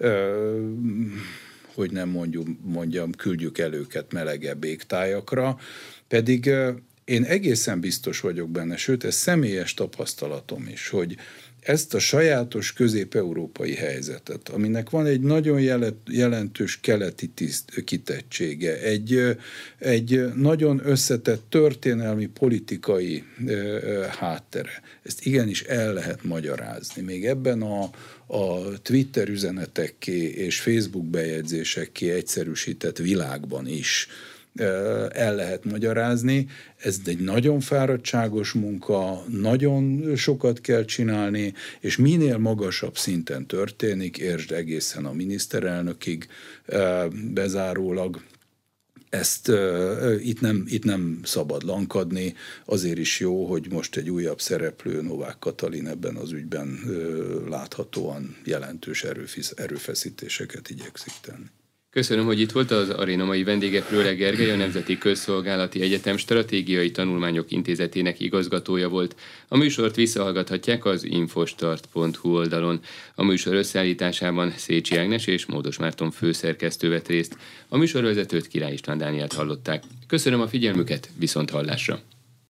hogy nem mondjuk, mondjam, küldjük el őket melegebb égtájakra, pedig én egészen biztos vagyok benne, sőt, ez személyes tapasztalatom is, hogy ezt a sajátos közép-európai helyzetet, aminek van egy nagyon jelentős keleti tiszt, kitettsége, egy, egy nagyon összetett történelmi, politikai háttere, ezt igenis el lehet magyarázni. Még ebben a, a Twitter üzenetekké és Facebook bejegyzésekké egyszerűsített világban is el lehet magyarázni. Ez egy nagyon fáradtságos munka, nagyon sokat kell csinálni, és minél magasabb szinten történik, értsd egészen a miniszterelnökig bezárólag, ezt uh, itt, nem, itt nem szabad lankadni, azért is jó, hogy most egy újabb szereplő, Novák Katalin ebben az ügyben uh, láthatóan jelentős erőfeszítéseket igyekszik tenni. Köszönöm, hogy itt volt az aréna mai vendége, Pröle Gergely, a Nemzeti Közszolgálati Egyetem Stratégiai Tanulmányok Intézetének igazgatója volt. A műsort visszahallgathatják az infostart pont hu oldalon. A műsor összeállításában Szécsi Ágnes és Módos Márton főszerkesztő vett részt. A műsorvezetőt, Király István Dánielt hallották. Köszönöm a figyelmüket, viszont hallásra!